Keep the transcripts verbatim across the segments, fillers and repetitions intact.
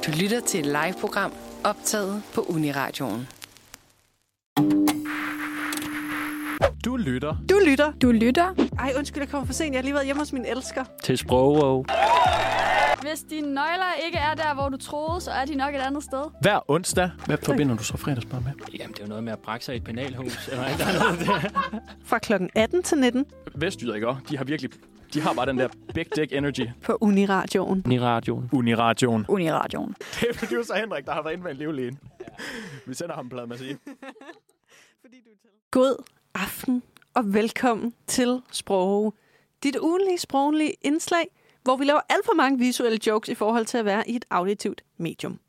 Du lytter til et live-program optaget på Uniradioen. Du lytter. Du lytter. Du lytter. Ej, undskyld, jeg kommer for sent. Jeg har lige været hjemme hos min elsker. Til Sprogov. Hvis dine nøgler ikke er der, hvor du troede, så er de nok et andet sted. Hver onsdag. Hvad forbinder du så fredagsbar med? Jamen, det er jo noget med at brække sig i et penalhus. Eller ikke, der er noget der. Fra klokken atten til nitten. Vestjyder, ikke også? De har virkelig... De har bare den der big dick energy. På Uniradioen. Uniradioen. Uniradioen. Uniradioen. Det er producer Henrik, der har været inde med en livlægen. Vi sender ham en plade med at sige. God aften og velkommen til Sprog. Dit ugenlige sproglige indslag, hvor vi laver alt for mange visuelle jokes i forhold til at være i et auditivt medium.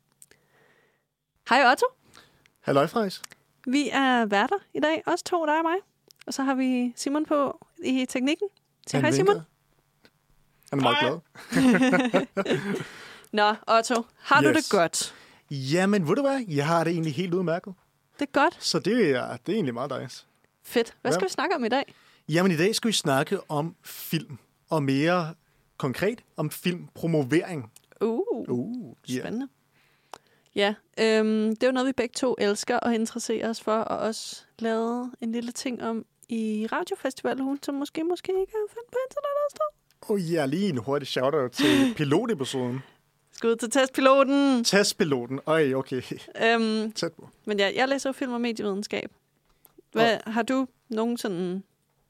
Hej Otto. Halløj, Frejs. Vi er værter i dag, også to, dig og mig. Og så har vi Simon på i teknikken. Sig hej, Simon. Han er meget glad. Nå, Otto, har yes. du det godt? Jamen, ved du hvad? Jeg har det egentlig helt udmærket. Det er godt. Så det er, det er egentlig meget dejligt. Fedt. Hvad skal ja. vi snakke om i dag? Jamen, i dag skal vi snakke om film. Og mere konkret om filmpromovering. Uh, uh yeah. Spændende. Ja, øhm, det er jo noget, vi begge to elsker og interesserer os for, og også lavet en lille ting om i Radiofestivalugen, som måske, måske ikke har fundet på internettet sted. Åh oh, ja, lige en hurtig shout-out til pilotepisoden. Skud til testpiloten. Testpiloten. Øj, okay. Øhm, Tæt på. Men ja, jeg læser jo film og medievidenskab. Hvad, oh. Har du nogen sådan...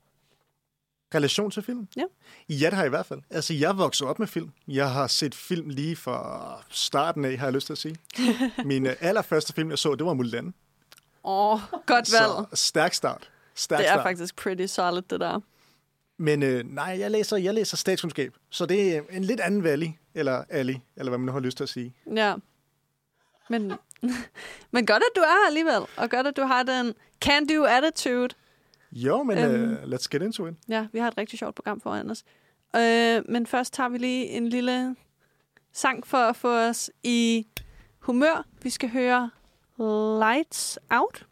relation til film? Ja. Ja, det har jeg i hvert fald. Altså, jeg voksede op med film. Jeg har set film lige fra starten af, har jeg lyst til at sige. Min allerførste film, jeg så, det var Mulan. Åh, oh, godt valg. Så stærk start. Stærk det er start. faktisk pretty solid, det der. Men øh, nej, jeg læser, jeg læser statskundskab. Så det er en lidt anden valley, eller alley, eller hvad man nu har lyst til at sige. Ja. Men, men godt, at du er her alligevel. Og godt, at du har den can-do attitude. Jo, men øhm, uh, let's get into it. Ja, vi har et rigtig sjovt program foran os. Øh, men først tager vi lige en lille sang for at få os i humør. Vi skal høre Lights Out.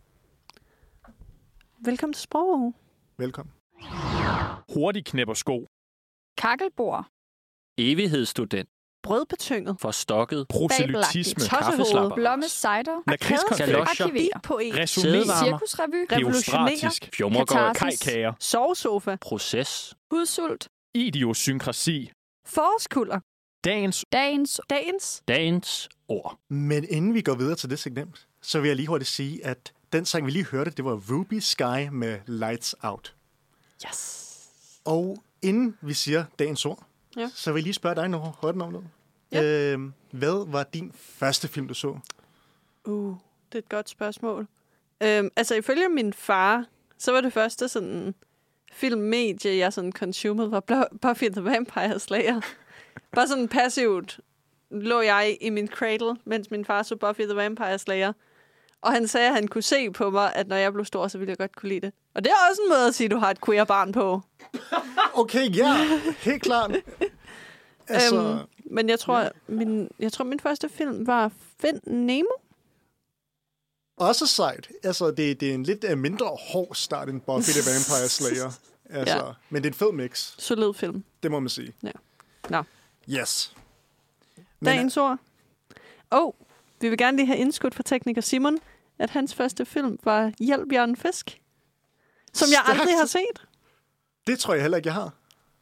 Velkommen til Sprog. Velkommen. Hurtig knæpper sko. Kakkelbord. Evighedsstudent. Brødbetynget. Forstokket. Proselytisme. Kaffeslapper. Blomme cider. Lakridskonfekt. Arkivere. Resumé. Cirkusrevy. Revolutionere. Fjummergård. Kajkager. Sovesofa. Proces. Hudsult. Idiosynkrasi. Forårskulder. Dagens. Dagens. Dagens. Dagens ord. Men inden vi går videre til det segment, så vil jeg lige hurtigt sige, at den sang, vi lige hørte, det var Ruby Sky med Lights Out. Yes. Og inden vi siger dagens ord, ja. så vil jeg lige spørge dig noget hurtigt om noget. Ja. Øh, hvad var din første film, du så? Uh, det er et godt spørgsmål. Øhm, altså, ifølge min far, så var det første sådan filmmedie, jeg sådan consumede, var Buffy the Vampire Slayer. Bare sådan passivt lå jeg i min cradle, mens min far så Buffy the Vampire Slayer. Og han sagde, at han kunne se på mig, at når jeg blev stor, så ville jeg godt kunne lide det. Og det er også en måde at sige, at du har et queer barn på. Okay, ja. Helt klart. Altså, øhm, men jeg tror, ja. min, jeg tror, min første film var Find Nemo. Også sejt. Altså, det, det er en lidt uh, mindre hård start end Buffy the Vampire Slayer. Altså, ja. Men det er en fed mix. Solid film. Det må man sige. Ja. Nå. Yes. Dagens ord. Og vi vil gerne lige have indskudt fra tekniker Simon, at hans første film var Hjælp Jørgen Fisk. Som jeg Stærkt. aldrig har set. Det tror jeg heller ikke, jeg har.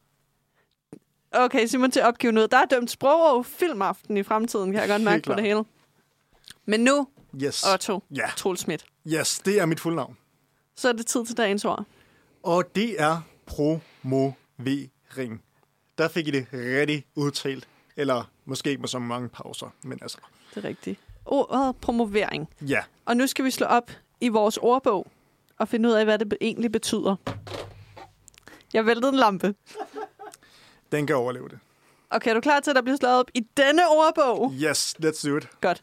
Okay, Simon, til at opgive noget. Der er dømt sprog og filmaften i fremtiden, kan jeg godt mærke på det hele. Men nu, yes. Otto ja. Troels Schmidt. Yes, det er mit fulde navn. Så er det tid til dagens ord. Og det er promovering. Der fik I det rigtig udtalt. Eller måske ikke med så mange pauser, men altså. Det er rigtigt. Ordet promovering. Ja. Og nu skal vi slå op i vores ordbog og finde ud af, hvad det egentlig betyder. Jeg væltede en lampe. Den kan overleve det. Okay, er du klar til, at der bliver slået op i denne ordbog? Yes, let's do it. Godt.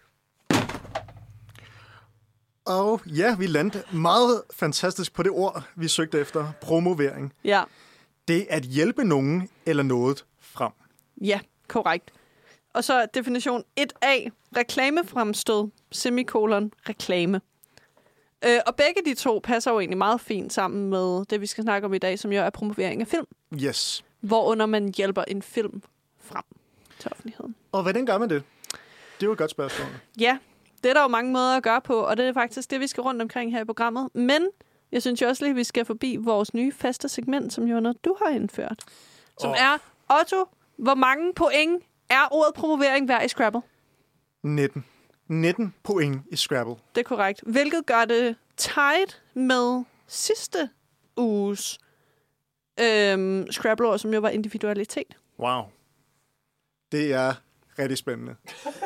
Og ja, vi landte meget fantastisk på det ord, vi søgte efter. Promovering. Ja. Det er at hjælpe nogen eller noget frem. Ja, korrekt. Og så definition et A. Reklamefremstød, semikolon, reklame. Øh, og begge de to passer jo egentlig meget fint sammen med det, vi skal snakke om i dag, som jo er promovering af film. Yes. Hvorunder man hjælper en film frem til offentligheden. Og hvordan gør man det? Det er jo et godt spørgsmål. Ja, det er der jo mange måder at gøre på, og det er faktisk det, vi skal rundt omkring her i programmet. Men jeg synes jo også lige, at vi skal forbi vores nye faste segment, som jo er noget, du har indført. Som oh. er, Otto, hvor mange point er ordet promovering værd i Scrabble? nitten. nitten point i Scrabble. Det er korrekt. Hvilket gør det tight med sidste uges øhm, Scrabble-ord, som jo var individualitet. Wow. Det er rigtig spændende.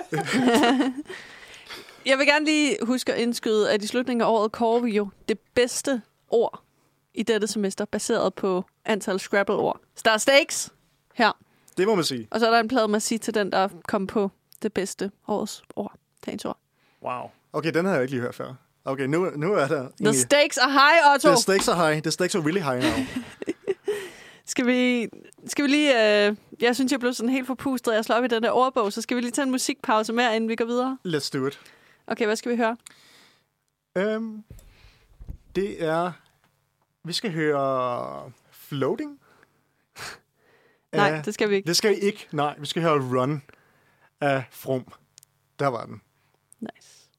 Jeg vil gerne lige huske at indskyde, at i slutningen af året kårer vi jo det bedste ord i dette semester, baseret på antal Scrabble-ord. Så der er stakes her. Det må man sige. Og så er der en plade med at sige til den, der kom på det bedste årets ord. Dagens ord. Wow. Okay, den har jeg ikke lige hørt før. Okay, nu, nu er der... The stakes are high, Otto! The stakes are high. The stakes are really high now. Skal vi, skal vi lige... Øh, jeg synes, jeg blev sådan helt forpustet, jeg slår op i den der ordbog, så skal vi lige tage en musikpause mere, inden vi går videre. Let's do it. Okay, hvad skal vi høre? Um, det er... Vi skal høre... Floating? Nej, uh, det skal vi ikke. Det skal vi ikke. Nej, vi skal høre Run af From. Der var den. Nice.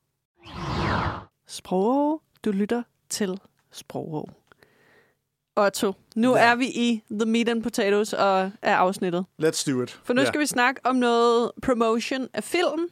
Sprog. Du lytter til Sprog. Otto, nu ja. er vi i The Meat and Potatoes og er afsnittet. Let's do it. For nu yeah. skal vi snakke om noget promotion af film.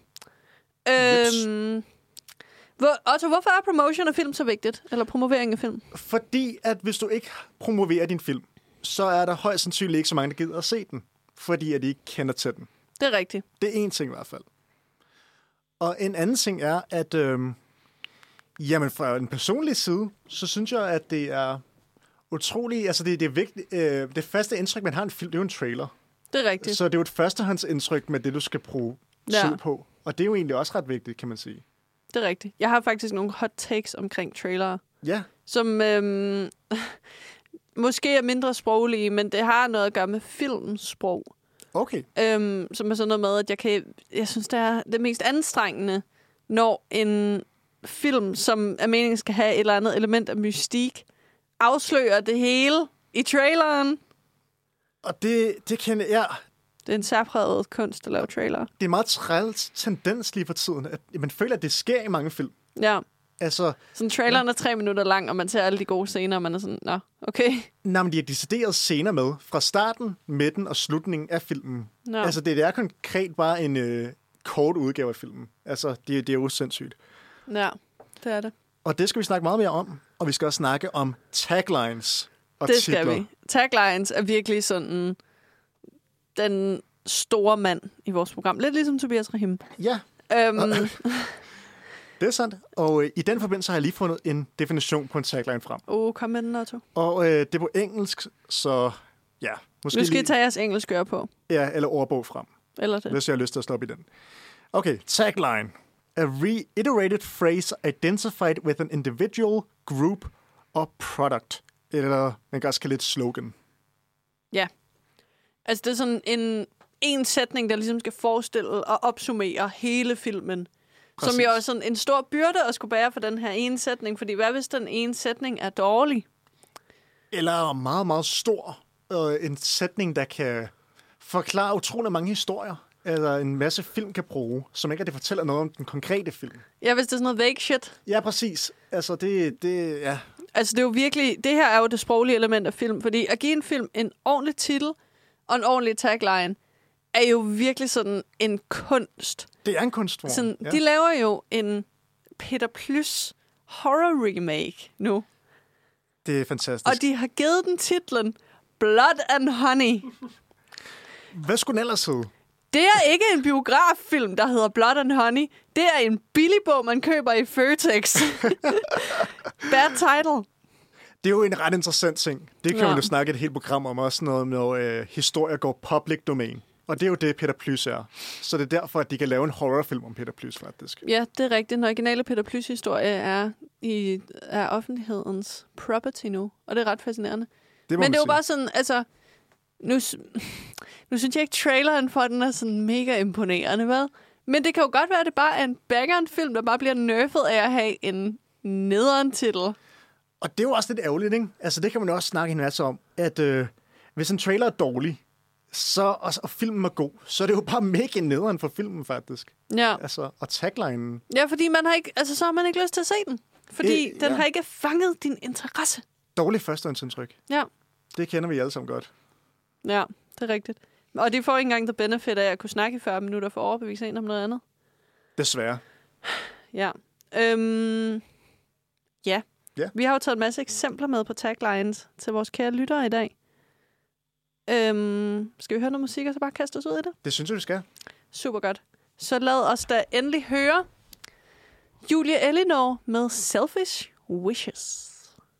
Øhm, hvor, Otto, hvorfor er promotion af film så vigtigt? Eller promovering af film? Fordi at hvis du ikke promoverer din film, så er der højst sandsynligt ikke så mange, der gider at se den. Fordi at de ikke kender til den. Det er rigtigt. Det er én ting i hvert fald. Og en anden ting er, at øhm, jamen fra en personlig side, så synes jeg, at det er utroligt, altså det, det er vigtigt, øh, det faste indtryk, man har en film, det er jo en trailer. Det er rigtigt. Så det er jo et førstehåndsindtryk med det, du skal bruge ja. tid på. Og det er jo egentlig også ret vigtigt, kan man sige. Det er rigtigt. Jeg har faktisk nogle hot takes omkring trailere. Ja. Som øhm, måske er mindre sproglige, men det har noget at gøre med filmsprog. Okay. Øhm, som er sådan noget med, at jeg kan... Jeg synes, det er det mest anstrengende, når en film, som er meningen skal have et eller andet element af mystik, afslører det hele i traileren. Og det, det kender jeg... Det er en særpræget kunst at lave trailer. Det er meget træls tendens lige for tiden, at man føler, at det sker i mange film. Ja. Altså... Sådan traileren ja. er tre minutter lang, og man ser alle de gode scener, og man er sådan, nå, okay. Nej, men de har decideret scener med fra starten, midten og slutningen af filmen. Nå. Altså, det er konkret bare en øh, kort udgave af filmen. Altså, det, det er jo sindssygt. Ja, det er det. Og det skal vi snakke meget mere om. Og vi skal også snakke om taglines og det titler. Det skal vi. Taglines er virkelig sådan den store mand i vores program. Lidt ligesom Tobias Rahim. Ja. Øhm. Det er sandt. Og øh, i den forbindelse har jeg lige fundet en definition på en tagline frem. Åh, oh, kom med den, Otto. Og øh, det er på engelsk, så ja. Måske nu skal lige... I tage jeres engelsk øre på. Ja, eller ordbog frem. Eller det. Hvis jeg har lyst til at stoppe i den. Okay, tagline. A reiterated phrase identified with an individual, group or product. Eller man kan også kalde det et slogan. Ja. Altså det er sådan en, en sætning, der ligesom skal forestille og opsummere hele filmen. Præcis. Som jo er sådan en stor byrde at skulle bære for den her ene sætning. Fordi hvad hvis den ene sætning er dårlig? Eller meget, meget stor. Øh, en sætning, der kan forklare utrolig mange historier. Eller en masse film kan bruge, som ikke rigtig fortæller noget om den konkrete film. Ja, hvis det er sådan noget vague shit. Ja, præcis. Altså, det, det, ja. Altså, det er jo virkelig... Det her er jo det sproglige element af film. Fordi at give en film en ordentlig titel og en ordentlig tagline, er jo virkelig sådan en kunst. Det er en kunstform. Sådan, ja. De laver jo en Peter Plys horror remake nu. Det er fantastisk. Og de har givet den titlen Blood and Honey. Hvad skulle den ellers hedde? Det er ikke en biograffilm, der hedder Blood and Honey. Det er en billig bog, man køber i Føtex. Bad title. Det er jo en ret interessant ting. Det kan ja. man jo snakke et helt program om. Også noget med øh, historier går public domain. Og det er jo det, Peter Plys er. Så det er derfor, at de kan lave en horrorfilm om Peter Plys, faktisk. Ja, det er rigtigt. Den originale Peter Plys-historie er, i, er offentlighedens property nu. Og det er ret fascinerende. Det Men det er jo sige. bare sådan, altså... Nu, nu synes jeg ikke, traileren for den er sådan mega imponerende, hvad? Men det kan jo godt være, at det bare er en bangeren-film, der bare bliver nerfed af at have en nederen-titel. Og det er jo også lidt ærgerligt, ikke? Altså, det kan man jo også snakke en masse om. At øh, hvis en trailer er dårlig, så, og, og filmen er god, så er det jo bare mega nederen for filmen, faktisk. Ja. Altså, og taglinen. Ja, fordi man har ikke, altså, så har man ikke lyst til at se den. Fordi Øh, den ja. har ikke fanget din interesse. Dårlig førstehåndsindtryk. Ja. Det kender vi alle sammen godt. Ja, det er rigtigt. Og de får ikke engang the benefit af at kunne snakke i fyrre minutter for at overbevise en om noget andet. Desværre. Ja. Øhm, ja. Ja. Vi har jo taget en masse eksempler med på taglines til vores kære lyttere i dag. Øhm, skal vi høre noget musik, og så bare kaste os ud i det? Det synes jeg, vi skal. Super godt. Så lad os da endelig høre Julia Elinor med Selfish Wishes.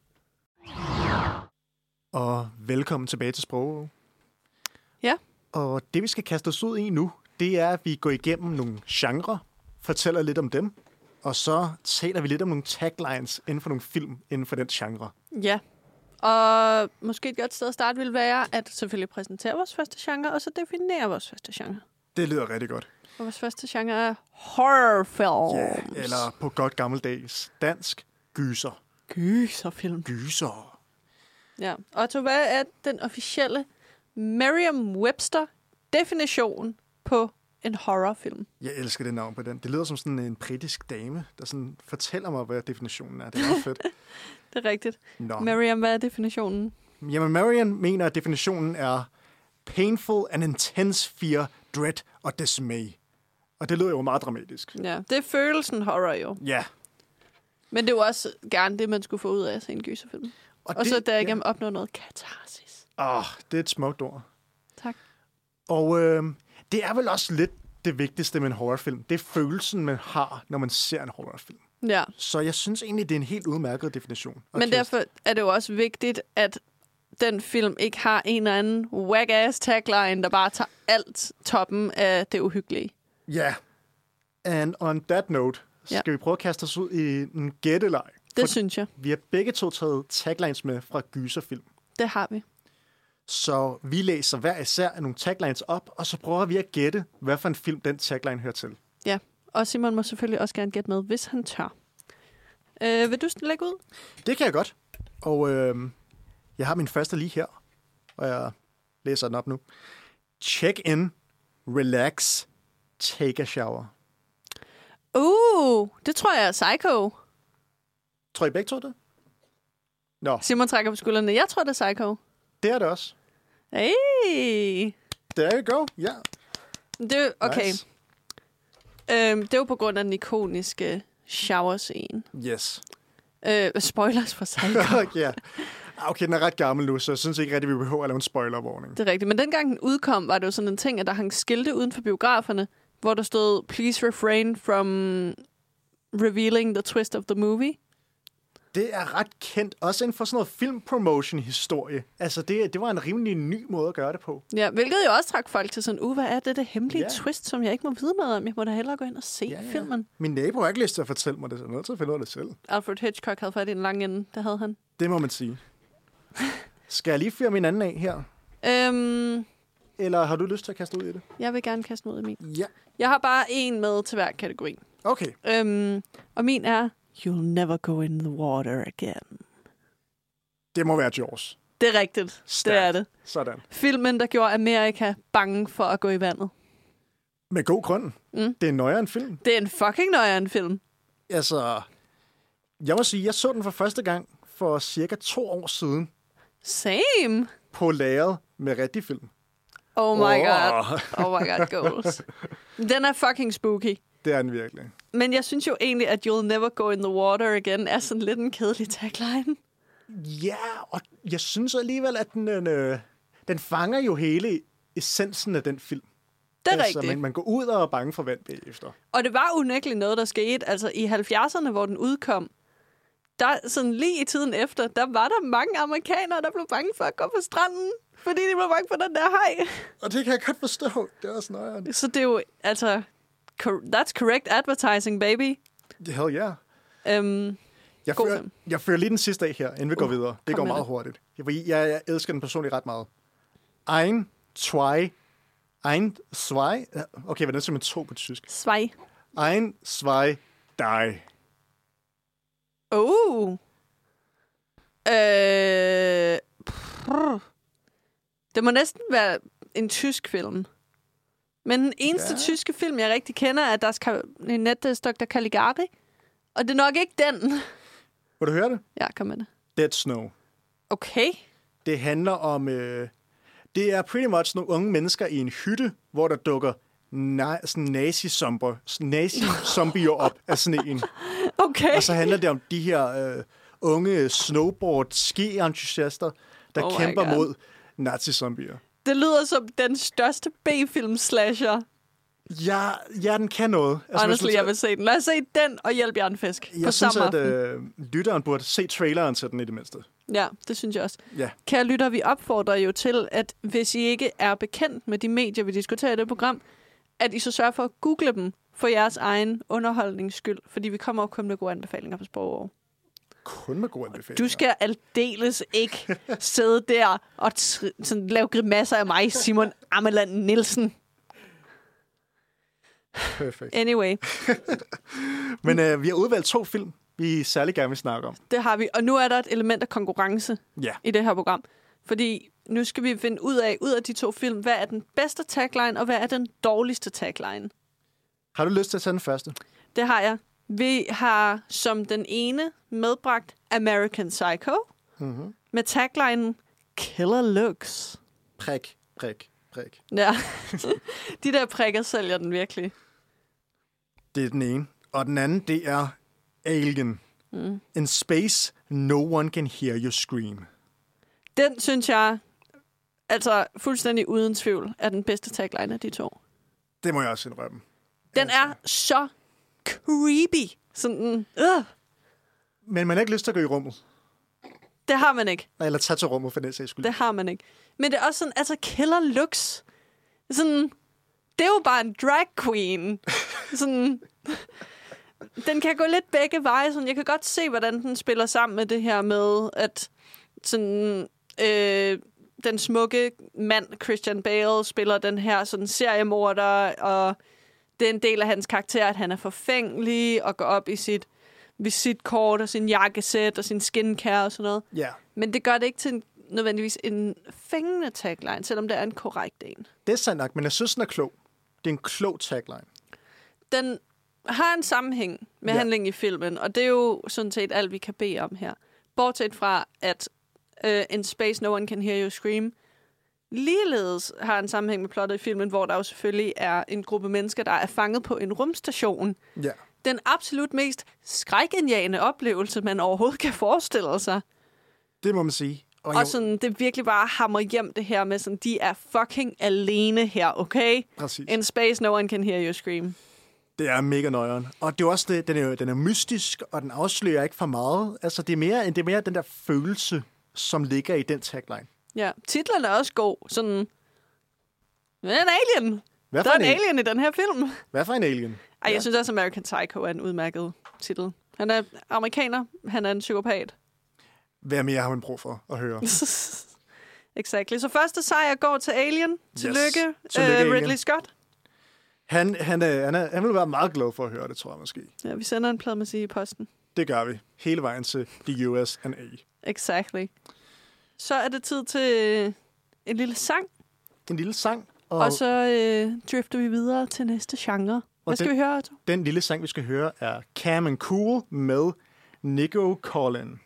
Og velkommen tilbage til Sprog. Ja. Og det, vi skal kaste os ud i nu, det er, at vi går igennem nogle genrer, fortæller lidt om dem, og så taler vi lidt om nogle taglines inden for nogle film inden for den genre. Ja. Og måske et godt sted at starte vil være, at selvfølgelig præsentere vores første genre, og så definere vores første genre. Det lyder rigtig godt. Og vores første genre er horrorfilm. Ja, eller på godt gammeldags dansk, gyser. Gyserfilm. Gyser. Ja. Otto, hvad er den officielle Merriam-Webster definition på en horrorfilm? Jeg elsker det navn på den. Det lyder som sådan en britisk dame, der sådan fortæller mig, hvad definitionen er. Det er meget fedt. Det er rigtigt. Nå. Merriam, hvad er definitionen? Jamen, Marian mener, at definitionen er painful and intense fear, dread og dismay. Og det lyder jo meget dramatisk. Ja, det er følelsen horror jo. Ja. Men det er jo også gerne det, man skulle få ud af at se en gyserfilm. Og, og det, så derigennem ja. opnå noget katarsis. Åh, oh, det er et smukt ord. Tak. Og øh, det er vel også lidt det vigtigste med en horrorfilm. Det er følelsen, man har, når man ser en horrorfilm. Ja. Så jeg synes egentlig, det er en helt udmærket definition. Men Kirsten, derfor er det jo også vigtigt, at den film ikke har en eller anden whack-ass tagline, der bare tager alt toppen af det uhyggelige. Ja. And on that note, skal Ja. vi prøve at kaste os ud i en gætteleg. Det For synes jeg. vi har begge to taget taglines med fra gyserfilm. Det har vi. Så vi læser hver især nogle taglines op, og så prøver vi at gætte, hvad for en film den tagline hører til. Ja. Og Simon må selvfølgelig også gerne gætte med, hvis han tør. Øh, vil du lægge ud? Det kan jeg godt. Og øh, jeg har min første lige her, og jeg læser den op nu. Check in, relax, take a shower. Uh, det tror jeg er Psycho. Tror I begge to det? Nå, Simon trækker på skuldrene. Jeg tror, det er Psycho. det er det også. Hey! There you go, ja. Det, er- okay. Nice. Øhm, det er jo på grund af den ikoniske shower-scene. Yes. Øh, spoilers for Psycho. ja. Okay, den er ret gammel nu, så jeg synes ikke rigtig, vi behøver at lave en spoilerwarning. Det er rigtigt. Men dengang den udkom, var det jo sådan en ting, at der hang skilte uden for biograferne, hvor der stod, please refrain from revealing the twist of the movie. Det er ret kendt, også inden for sådan noget filmpromotion-historie. Altså, det, det var en rimelig ny måde at gøre det på. Ja, hvilket jo også trak folk til sådan, uh, hvad er det, det hemmelige Ja. twist, som jeg ikke må vide noget om? Jeg må da hellere gå ind og se Ja, ja. filmen. Min nabo har ikke lyst til at fortælle mig det, så jeg er nødt til at finde ud af det selv. Alfred Hitchcock havde fat i en lang ende. Det havde han. Det må man sige. Skal jeg lige fyre min anden af her? Øhm, Eller har du lyst til at kaste ud i det? jeg vil gerne kaste mig ud af min. Ja. Jeg har bare en med til hver kategori. Okay. Øhm, og min er, you'll never go in the water again. Det må være Jaws. Det er rigtigt. Stærkt. Det er det. Sådan. Filmen, der gjorde Amerika bange for at gå i vandet. Med god grund. Mm. Det er nøjere en film. Det er en fucking nøjeren film. Altså, jeg må sige, jeg så den for første gang for cirka to år siden Same. på lageret med rigtig film. Oh my Åh. god. Oh my god, goals. Den er fucking spooky. Det er den virkelig. Men jeg synes jo egentlig, at you'll never go in the water again er sådan lidt en kedelig tagline. Ja, og jeg synes alligevel, at den, øh, den fanger jo hele essensen af den film. Det er altså, rigtigt. Man, man går ud og er bange for vand bagefter. Og det var unægteligt noget, der skete. Altså i halvfjerdserne, hvor den udkom, der sådan lige i tiden efter, der var der mange amerikanere, der blev bange for at gå på stranden, fordi de blev bange for den der haj. Og det kan jeg godt forstå. Det er også nøjeren. Så det er jo, altså, cor- that's correct advertising, baby. Hell yeah. Um, Jeg God fører, film. jeg fører lige den sidste af her, inden vi Uh, går videre. Det kom går med meget det. hurtigt. Jeg, jeg, jeg elsker den personligt ret meget. Ein, zwei, ein, zwei. Okay, hvordan siger man to på tysk? svej. Ein, zwei, drei. Oh. Øh, prr. Det må næsten være en tysk film. Men den eneste Ja. tyske film, jeg rigtig kender, er Das Kabinett des doktor Caligari. Og det er nok ikke den. Vil du høre det? Ja, kom med det. Dead Snow. Okay. Det handler om... Øh, det er pretty much nogle unge mennesker i en hytte, hvor der dukker na- sådan nazi-zombier nazi-zombier op af sneen. Okay. Og så handler det om de her øh, unge snowboard-ski-entusiaster, der Oh my kæmper God. mod nazi-zombier. Det lyder som den største B-film-slasher. Ja, ja, den kan noget. Altså, Honestly, jeg vil se den. Lad os se den og hjælp Jørgen Fisk Jeg på synes, samme at aften. øh, lytteren burde se traileren til den i det mindste. Ja, det synes jeg også. Ja. Kære lytter, vi opfordrer jo til, at hvis I ikke er bekendt med de medier, vi diskuterer i det program, at I så sørger for at google dem for jeres egen underholdnings skyld, fordi vi kommer jo kun med gode anbefalinger på Sprogår. Kun med gode anbefalinger. Du skal aldeles ikke sidde der og t- sådan, lave grimasser af mig, Simon Ameland Nielsen. Perfekt. Anyway, Men øh, vi har udvalgt to film, vi særlig gerne vil snakke om. det har vi. Og nu er der et element af konkurrence Ja. i det her program. Fordi nu skal vi finde ud af, ud af de to film, hvad er den bedste tagline, og hvad er den dårligste tagline. Har du lyst til at tage den første? Det har jeg. Vi har som den ene medbragt American Psycho Mm-hmm. med taglinen Killer Looks. Prik, prik, prik. Ja, de der prikker sælger den virkelig. Det er den ene. Og den anden, det er Alien. Mm. In space, no one can hear you scream. Den synes jeg, altså fuldstændig uden tvivl, er den bedste tagline af de to. Det må jeg også indrømme. Den er så creepy. Sådan, øh, Men man har ikke lyst til at gå i rummet. det har man ikke. Eller tage til rummet for den sags skyld. Det har man ikke. Men det er også sådan, altså Killer Looks. Sådan, det er jo bare en drag queen. Sådan, den kan gå lidt begge veje. Sådan, jeg kan godt se, hvordan den spiller sammen med det her med, at sådan, øh, den smukke mand, Christian Bale, spiller den her sådan seriemorder, og det er en del af hans karakter, at han er forfængelig og går op i sit visitkort og sin jakkesæt og sin skincare og sådan noget. Ja, Men det gør det ikke til en, nødvendigvis en fængende tagline, selvom det er en korrekt en. det er sandt nok, men jeg synes, den er klog. Det er en klog tagline. Den har en sammenhæng med Ja. handlingen i filmen, og det er jo sådan set alt, vi kan bede om her. Bortset fra, at uh, In Space No One Can Hear You Scream ligeledes har en sammenhæng med plottet i filmen, hvor der jo selvfølgelig er en gruppe mennesker, der er fanget på en rumstation. Ja. Den absolut mest skrækindjagende oplevelse, man overhovedet kan forestille sig. Det må man sige. Og, Og jo, sådan, det virkelig bare hammer hjem det her med sådan, de er fucking alene her, okay? præcis. In space, no one can hear you scream. Det er mega nøjeren. Og det er også det, den er, den er mystisk, og den afslører ikke for meget. Altså, det er mere, det er mere den der følelse, som ligger i den tagline. Ja, titlen er også god. Sådan, hvad er en alien? Hvad Der for er en en, alien i den her film. Hvad for en alien? Ej, jeg synes også, American Psycho er en udmærket titel. Han er amerikaner, han er en psykopat. Hvad mere har man brug for at høre? Exactly. Så første sejr går til Alien. Tillykke, Yes. Tillykke, uh, Alien. Ridley Scott. Han, han, er, han, er, han vil være meget glad for at høre det, tror jeg måske. Ja, vi sender en plade med sige i posten. Det gør vi. Hele vejen til the U S A. Exactly. Så er det tid til en lille sang, En lille sang. og, og så øh, drifter vi videre til næste genre. Hvad skal den- vi høre, Otto? Den lille sang, vi skal høre, er Cam and Cool med Nico Collin.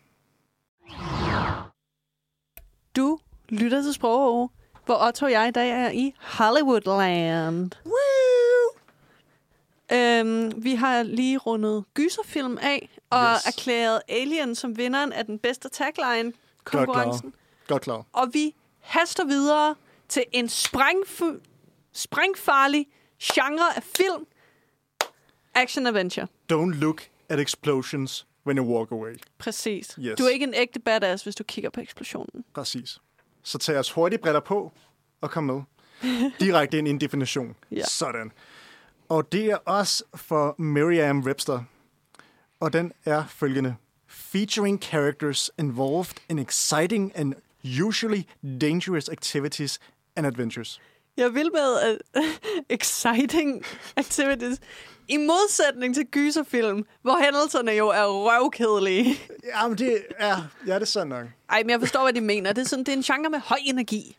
Du lytter til Sprogå, hvor Otto og jeg i dag er i Hollywoodland. Woo! Øhm, vi har lige rundet gyserfilm af, og Yes. erklæret Alien som vinderen af den bedste tagline-konkurrencen. Godt klar. Og vi haster videre til en sprængf- sprængfarlig genre af film. Action-adventure. Don't look at explosions when you walk away. Præcis. Yes. Du er ikke en ægte badass, hvis du kigger på eksplosionen. Præcis. Så tag os hurtigt briller på og kom med. Direkte ind i en definition. Ja. Sådan. Og det er også for Merriam Webster. Og den er følgende. Featuring characters involved in exciting and usually dangerous activities and adventures. Jeg vil med uh, exciting activities. I modsætning til gyserfilm, hvor hændelserne jo er røvkedelige. Jamen, det er, ja, det er sådan nok. Ej, men jeg forstår, hvad de mener. Det er, sådan, det er en genre med høj energi.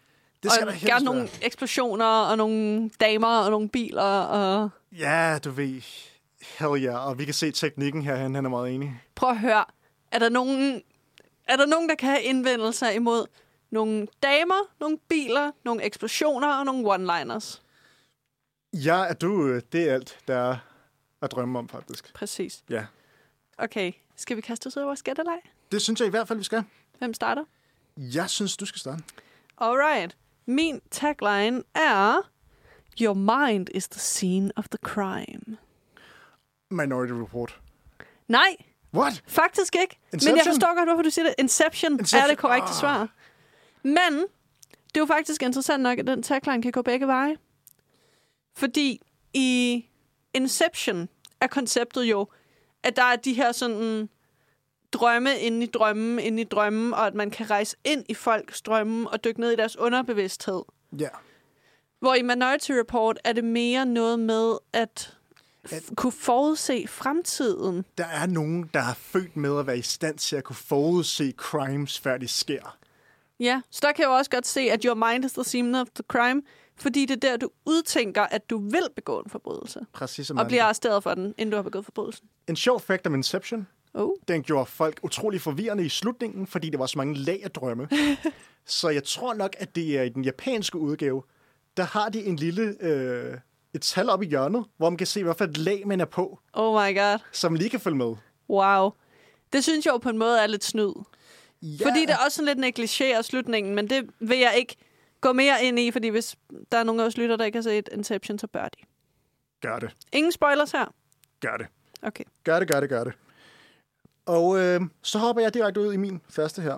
Det skal og der helst gerne nogle være. eksplosioner, og nogle damer, og nogle biler, og... Ja, du ved. Hell ja, yeah. Og vi kan se teknikken her, han, han er meget enig. Prøv at høre. Er der nogen, er der nogen der kan have indvendelser imod nogle damer, nogle biler, nogle eksplosioner og nogle one-liners? Ja, er du, det er alt, der er at drømme om, faktisk. Præcis. Ja. Okay, skal vi kaste os ud over skætteleg? Det synes jeg i hvert fald, vi skal. Hvem starter? Jeg synes, du skal starte. Alright. Min tagline er: Your mind is the scene of the crime. Minority Report. Nej, What? faktisk ikke. Inception? Men jeg forstår godt, hvorfor du siger det. Inception, Inception. er det korrekte Ah. svar. Men det er jo faktisk interessant nok, at den tagline kan gå begge veje. Fordi i Inception er konceptet jo, at der er de her sådan drømme inde i drømmen, inde i drømmen, og at man kan rejse ind i folks drømme og dykke ned i deres underbevidsthed. Ja. Hvor i Minority Report er det mere noget med at f- kunne forudse fremtiden. Der er nogen, der er født med at være i stand til at kunne forudse crimes, før de sker. Ja, så der kan jeg jo også godt se, at your mind is the scene of the crime, fordi det er der, du udtænker, at du vil begå en forbrydelse. Præcis som Og bliver arresteret for den, inden du har begået forbrydelsen. En sjov fact om Inception. Oh. Den gjorde folk utrolig forvirrende i slutningen, fordi der var så mange lag af drømme. Så jeg tror nok, at det er i den japanske udgave, der har de en lille øh, et tal op i hjørnet, hvor man kan se, hvad for et lag man er på, Oh my god. så man lige kan følge med. Wow. Det synes jeg jo på en måde er lidt snyd. Ja, Fordi det er også sådan lidt negligeret slutningen, men det vil jeg ikke gå mere ind i, fordi hvis der er nogen af os lytter, der ikke har set Inception, så bør de. gør det. Ingen spoilers her? Gør det. Okay. Gør det, gør det, gør det. Og øh, så hopper jeg direkte ud i min første her.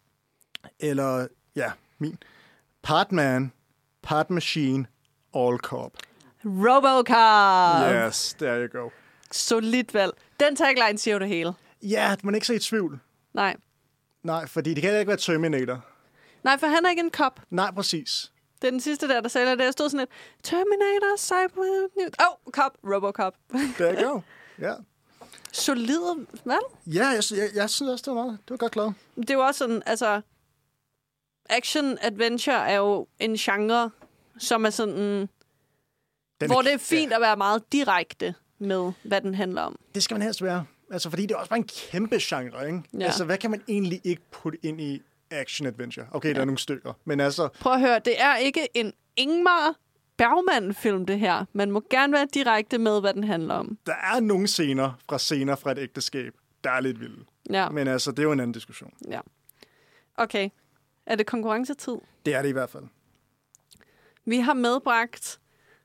Eller, ja, min. Part man, part machine, all cop. Robocop! Yes, there you go. Solidt valg. Den tagline siger jo det hele. Ja, man er ikke så i tvivl. Nej. Nej, fordi det kan ikke være Terminator. Nej, for han er ikke en cop. Nej, præcis. Det er den sidste der, der sælger det. Jeg stod sådan lidt, Terminator, Cyber... Åh, oh, cop, Robocop. There you go. Ja. Solid valg. Ja, jeg, jeg, jeg synes også, det var meget. Det var godt glad. Det er jo også sådan, altså... Action-adventure er jo en genre, som er sådan... Den hvor det er fint at være meget direkte med, hvad den handler om. Det skal man helst være. Altså, fordi det er også bare en kæmpe genre, ikke? Ja. Altså, hvad kan man egentlig ikke putte ind i action-adventure? Okay, ja. Der er nogle stykker, men altså... Prøv at høre, det er ikke en Ingmar Bergman-film, det her. Man må gerne være direkte med, hvad den handler om. Der er nogle scener fra scener fra et ægteskab, der er lidt vilde. Ja. Men altså, det er jo en anden diskussion. Ja. Okay. Er det konkurrencetid? Det er det i hvert fald. Vi har medbragt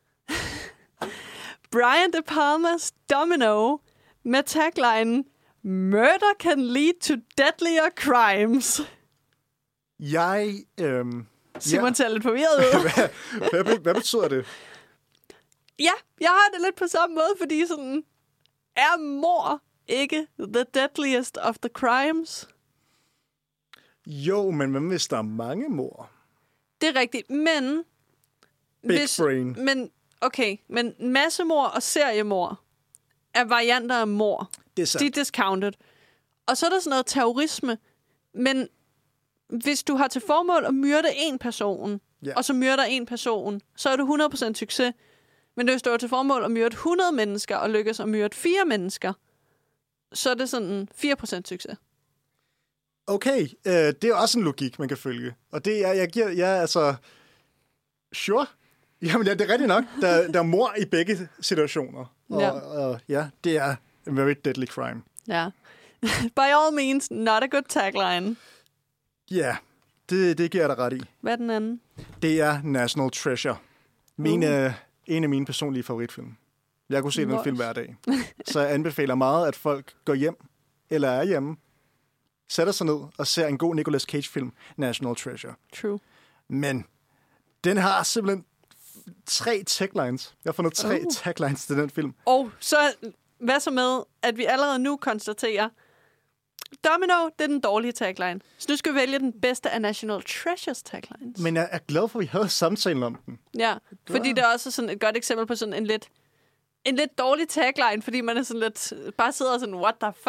Brian De Palmas Domino med taglinen Murder can lead to deadlier crimes. Jeg... Øhm, Simon ja. ser lidt forvirret ud. hvad, hvad, hvad betyder det? Ja, jeg har det lidt på samme måde, fordi sådan, er mord ikke the deadliest of the crimes? Jo, men hvad hvis der er mange mord? Det er rigtigt, men... Big brain. Men, okay, men massemord og seriemord er varianter af mord. Det er sandt. De er discounted. Og så er der sådan noget terrorisme. Men hvis du har til formål at myrde en person, Ja. og så myrder en person, så er du hundrede procent succes. Men hvis du har til formål at myrde hundrede mennesker, og lykkes at myrde fire mennesker, så er det sådan fire procent succes. Okay, øh, det er også en logik, man kan følge. Og det er, jeg giver, jeg altså... Sure. Jamen, ja, det er rigtigt nok. Der, der er mord i begge situationer. Og Ja. ja, og, ja det er a very deadly crime. Ja. By all means, not a good tagline. Ja, det, det giver jeg dig ret i. Hvad er den anden? Det er National Treasure. Min, Uh. øh, en af mine personlige favoritfilm. Jeg kunne se den Nice. film hver dag. Så jeg anbefaler meget, at folk går hjem, eller er hjemme, sætter sig ned og ser en god Nicolas Cage-film, National Treasure. True. Men den har simpelthen tre taglines. Jeg har fundet tre Uh. taglines til den film. Og så hvad så med, at vi allerede nu konstaterer, Domino, det er den dårlige tagline. Så nu skal vi vælge den bedste af National Treasures taglines. Men jeg er glad for, at vi havde samtalen om den. Ja, fordi det er også sådan et godt eksempel på sådan en lidt, en lidt dårlig tagline, fordi man er sådan lidt, bare sidder sådan, what the fuck?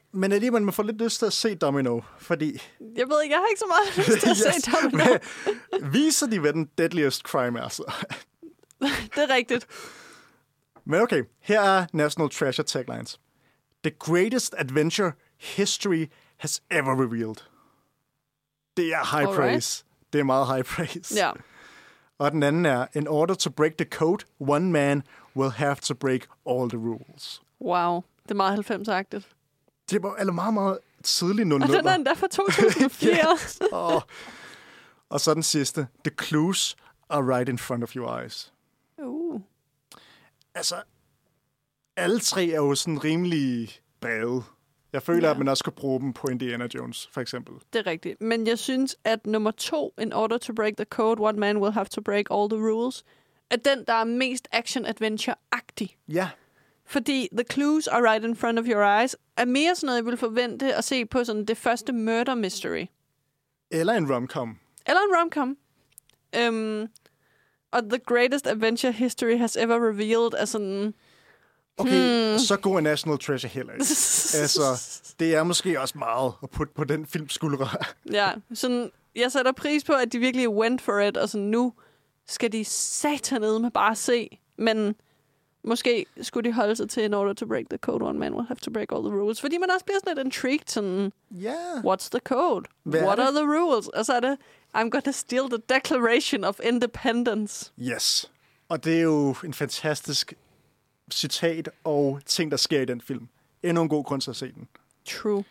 Men alligevel, man får lidt lyst til at se Domino, fordi... Jeg ved ikke, jeg har ikke så meget lyst til at Yes. se Domino. Viser de, hvad den deadliest crime er, så? Det er rigtigt. Men okay, her er National Treasure taglines. The greatest adventure history has ever revealed. Det er high Alright. praise. Det er meget high praise. Ja. Og den anden er, in order to break the code, one man will have to break all the rules. Wow. Det er meget halvfems-agtigt. Det var eller meget, meget tidlig Og nul-nuller. den er endda fra to tusind og fire. og, og så den sidste. The clues are right in front of your eyes. Uh. Altså, alle tre er jo sådan rimelig brede. Jeg føler, Ja. at man også kan bruge dem på Indiana Jones, for eksempel. Det er rigtigt. Men jeg synes, at nummer to, in order to break the code, one man will have to break all the rules, er den, der er mest action-adventure-agtig. Ja, Fordi the clues are right in front of your eyes er mere sådan noget, jeg vil forvente at se på sådan det første murder mystery. eller en rom-com. Eller en rom-com. Um, og the greatest adventure history has ever revealed er sådan... Okay, hmm. så god er National Treasure heller ikke. Altså, det er måske også meget at putte på den films skuldre. Ja, sådan, jeg sætter pris på, at de virkelig went for it, og sådan nu skal de satanede med bare se. Men måske skulle de holde sig til, in order to break the code, one man will have to break all the rules. Fordi man også bliver sådan lidt intrigued, sådan, Ja. what's the code? Hvad er What det? are the rules? Og så er det, I'm gonna steal the Declaration of Independence. Yes. Og det er jo en fantastisk citat og ting, der sker i den film. Endnu en god grund til at se den. True.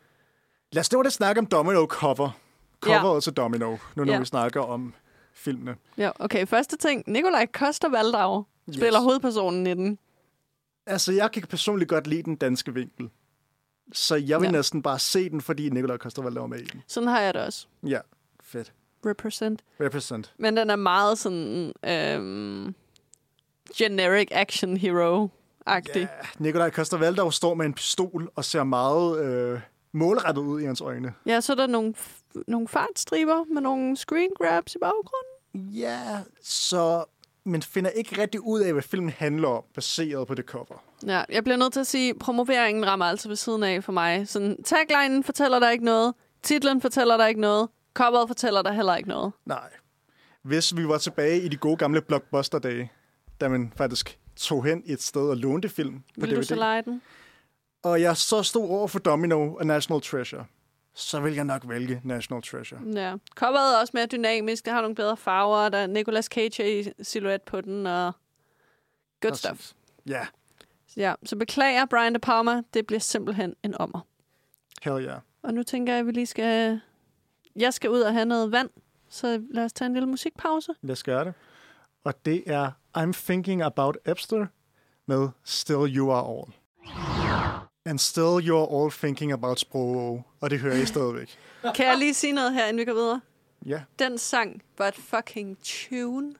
Lad os nu det snakke om Domino cover. Coveret ja. til Domino, nu når Ja. vi snakker om filmene. Ja, okay. Første ting. Nikolaj Coster-Waldau spiller Yes. hovedpersonen i den. Altså, jeg kan personligt godt lide den danske vinkel. Så jeg vil Ja. ja. næsten bare se den, fordi Nikolaj Coster-Waldau er med i den. Sådan har jeg det også. Ja, fedt. Represent. Represent. Men den er meget sådan... Øhm, generic action hero-agtig. Ja, Nikolaj Coster-Waldau står med en pistol og ser meget øh, målrettet ud i hans øjne. Ja, så er der nogle, f- nogle fartstriber med nogle screen grabs i baggrunden. Ja, så man finder ikke rigtig ud af, hvad filmen handler om, baseret på det cover. Ja, jeg bliver nødt til at sige, promoveringen rammer altså ved siden af for mig. Sådan, taglinen fortæller der ikke noget, titlen fortæller der ikke noget, coveret fortæller der heller ikke noget. Nej. Hvis vi var tilbage i de gode gamle blockbuster-dage, da man faktisk tog hen et sted og lånte film på Vil D V D, du så lege den? og jeg så stod over for Domino og National Treasure, så vil jeg nok vælge National Treasure. Ja. Coveret er også mere dynamisk, det har nogle bedre farver, der er Nicolas Cage i silhuet på den, og good Præcis. stuff. Ja, Ja, så beklager Brian De Palma, det bliver simpelthen en ommer. hell yeah. Og nu tænker jeg, at vi lige skal... Jeg skal ud og have noget vand, så lad os tage en lille musikpause. Lad os gøre det. Og det er I'm Thinking About Epster med Still You Are All. And still you are all thinking about Sprog, og det hører I stadigvæk. Kan jeg lige sige noget her, inden vi går videre? Ja, Den sang var et fucking tune.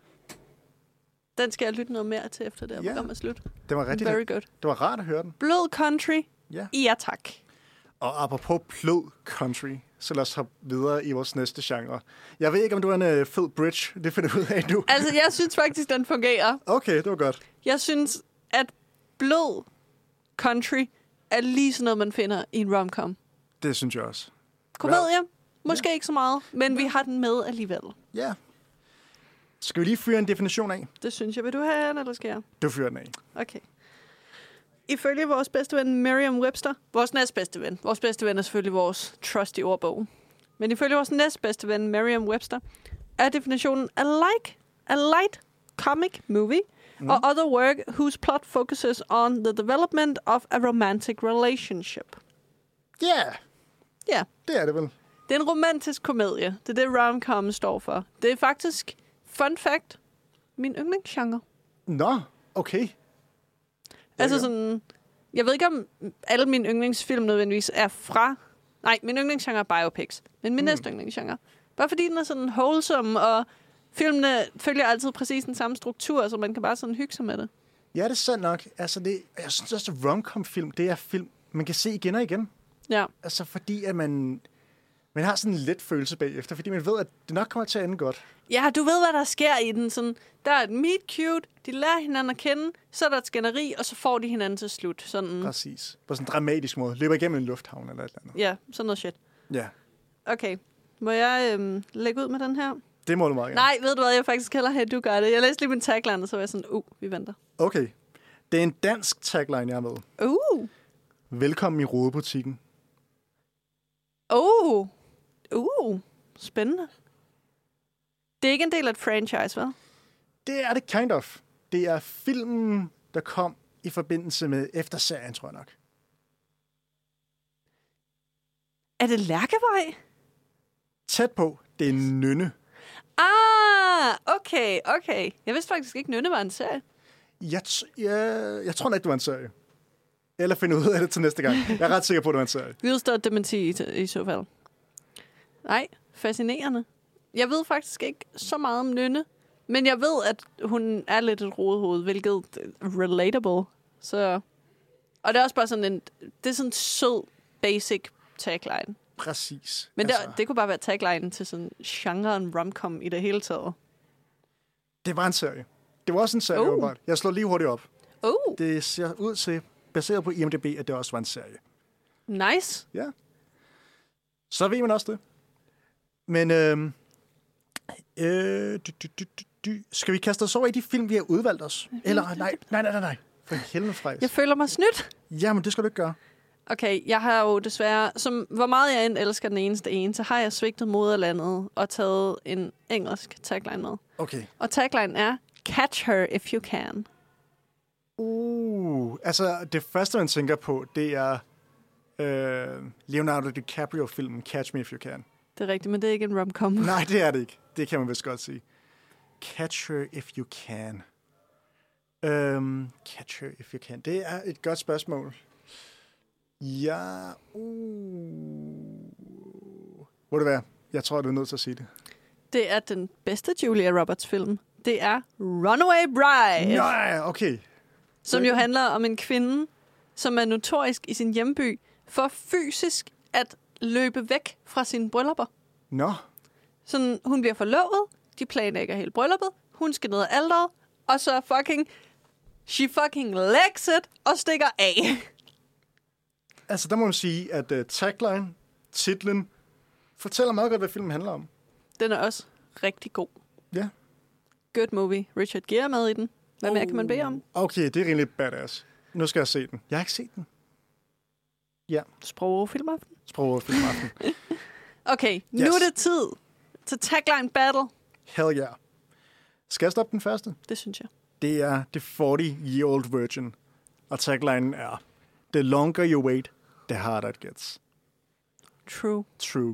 Den skal jeg lytte noget mere til, efter det her Ja. program er slut. det var rigtig Very det. good. Det var rart at høre den. Blød country. Ja. Ja, tak. Og apropos blød country, så lad os hoppe videre i vores næste genre. Jeg ved ikke, om du er en uh, fed bridge. Det finder du ud af nu. Altså, jeg synes faktisk, den fungerer. Okay, det var godt. Jeg synes, at blød country er lige sådan noget, man finder i en rom-com. Det synes jeg også. Komedie? Måske ja. ikke så meget, men vi har den med alligevel. Ja. Skal vi lige fyre en definition af? Det synes jeg. Vil du have, eller skal jeg? Du fyrer den af. Okay. Ifølge vores bedste ven, Merriam-Webster, vores næstbedste ven, vores bedste ven er selvfølgelig vores trusty ordbog, men ifølge vores næstbedste ven, Merriam-Webster, er definitionen a like, a light comic movie, mm. or other work whose plot focuses on the development of a romantic relationship. Ja, yeah, Ja, det er det vel. det er en romantisk komedie. Det er det, rom-com står for. Det er faktisk, fun fact, min yndlingsgenre. Nå, okay. Altså sådan, jeg ved ikke, om alle mine yndlingsfilm nødvendigvis er fra... Nej, min yndlingsgenre er biopics. Men min mm. næste yndlingsgenre. Bare fordi den er sådan wholesome, og filmene følger altid præcis den samme struktur, så man kan bare sådan hygge sig med det. Ja, det er sandt nok. Altså, det, jeg synes også, at rom-com-film, det er film, man kan se igen og igen. Ja. Altså, fordi at man... man har sådan en let følelse bagefter, fordi man ved, at det nok kommer til at ende godt. Ja, du ved, hvad der sker i den. Sådan, der er et meet cute, de lærer hinanden at kende, så er der et skænderi, og så får de hinanden til slut. Sådan, Præcis. På sådan en dramatisk måde. Løber igennem en lufthavn eller et eller andet. ja, sådan noget shit. Ja, Okay, må jeg øhm, lægge ud med den her? det må du meget gerne. Nej, ved du hvad, jeg faktisk hellere have, du gør det. Jeg læste lige min tagline, og så var jeg sådan, uh, vi venter. Okay. Det er en dansk tagline, jeg er med. Uh, Velkommen i rodebutikken. uh, uh, spændende. Det er ikke en del af et franchise, vel? Det er det kind of. Det er filmen, der kom i forbindelse med efterserien, tror jeg nok. Er det Lærkevej? Tæt på. Det er Nynne. Ah, okay, okay. Jeg vidste faktisk ikke, Nynne var en serie. Jeg, t- jeg, jeg tror ikke, det var en serie. Eller finde ud af det til næste gang. Jeg er ret sikker på, at det var en serie. Vi udstår dementi i, i så fald. Nej, fascinerende. Jeg ved faktisk ikke så meget om Nynne, men jeg ved, at hun er lidt et rodehoved, hvilket er relatable. Så... Og det er også bare sådan en... Det er sådan en sød, basic tagline. Præcis. Men altså, det, det kunne bare være tagline til sådan genren romcom i det hele taget. det var en serie. Det var også en serie, Oh. åbenbart. Jeg slår lige hurtigt op. Oh, Det ser ud til, baseret på I M D B, at det også var en serie. nice. Ja. Så ved man også det. Men, øhm, øh, dy, dy, dy, dy, dy. Skal vi kaste os over i de film, vi har udvalgt os? Eller, nej, nej, nej, nej, nej. For helvede frejs. Jeg føler mig snydt. Jamen, det skal du ikke gøre. Okay, jeg har jo desværre, som hvor meget jeg end elsker den eneste ene, så har jeg svigtet moderlandet og taget en engelsk tagline med. Okay. Og tagline er, catch her if you can. Uh, altså, det første, man tænker på, det er øh, Leonardo DiCaprio-filmen Catch Me If You Can. Det er rigtigt, men det er ikke en rom-com. Nej, det er det ikke. Det kan man vist godt sige. Catch Her If You Can. Um, catch Her If You Can. Det er et godt spørgsmål. Ja, uh. Må det være? Jeg tror, du er nødt til at sige det. Det er den bedste Julia Roberts film. Det er Runaway Bride, Nej, okay. som jo handler om en kvinde, som er notorisk i sin hjemby for fysisk at løbe væk fra sine bryllupper. Nå, Sådan, hun bliver forlovet, de planlægger hele brylluppet, hun skal ned ad alderet, og så fucking, she fucking legs it og stikker af. altså der må man sige, at uh, tagline, titlen, fortæller meget godt, hvad filmen handler om. Den er også rigtig god. Ja. Good movie. Richard Gere er med i den. Hvad mere kan man bede om? Okay, det er rimelig badass. Nu skal jeg se den. Jeg har ikke set den. Ja, Sprog filmaften. sprog og filmaften. Okay, yes. Nu Yes. er det tid til tagline battle. Hell yeah. Skal jeg stoppe den første? Det synes jeg. Det er The forty-Year-Old Virgin. Og taglinen er, The longer you wait, the harder it gets. True. True.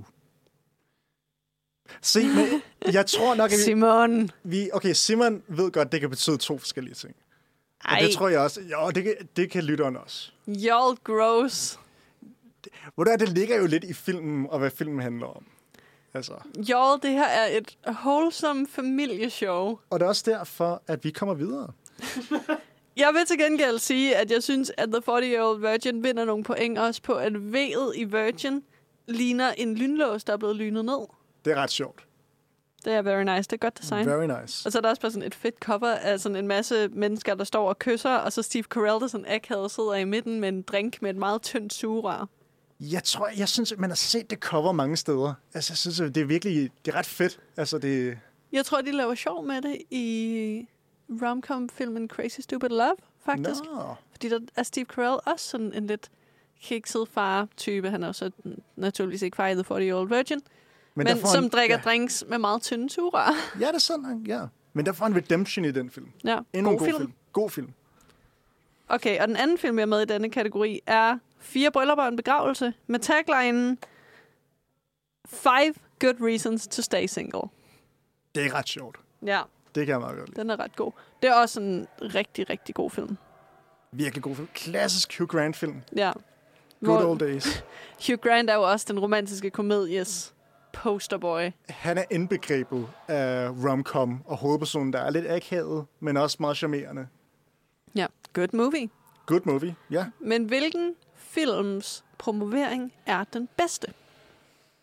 Se, men jeg tror nok, at vi, Simon. vi... Okay, Simon ved godt, det kan betyde to forskellige ting. Og Ej, det tror jeg også... Jo, det kan, det kan lytteren også. y'all gross. Hvor der, det ligger jo lidt i filmen, og hvad filmen handler om. Altså. Y'all, det her er et wholesome familieshow. Og det er også derfor, at vi kommer videre. Jeg vil til gengæld sige, at jeg synes, at The forty-Year-Old Virgin vinder nogle point også på, at V'et i Virgin ligner en lynlås, der er blevet lynet ned. Det er ret sjovt. Det er very nice. Det er godt design. Very nice. Og så er der også bare sådan et fedt cover af sådan en masse mennesker, der står og kysser, og så Steve Carell, der sådan akavet sidder i midten med en drink med et meget tyndt sugerør. Jeg tror, jeg synes, man har set det cover mange steder. Altså, jeg synes, det er virkelig, det er ret fedt. Altså, det... Jeg tror, de laver sjov med det i romcom-filmen Crazy Stupid Love, faktisk. Nå. Fordi der er Steve Carell også sådan en lidt kikset far-type. Han er jo så naturligvis ikke far i The forty-Year-Old Virgin, men, men som han, drikker ja. drinks med meget tynde sugerør. Ja, det er sådan, ja. Men der får en redemption i den film. Ja, Endnu god, god film. film. God film. Okay, og den anden film, jeg er med i denne kategori, er Fire bryllupper og en begravelse, med taglinen Five good reasons to stay single. Det er ret sjovt. Ja, Det kan jeg meget godt lide. den er ret god. Det er også en rigtig, rigtig god film. Virkelig god film. Klassisk Hugh Grant-film. Ja. Good old days. Hugh Grant er jo også den romantiske komedies posterboy. Han er indbegrebet af rom-com, og hovedpersonen, der er lidt akavet, men også meget charmerende. Ja, good movie. Good movie, ja. Men hvilken films promovering er den bedste?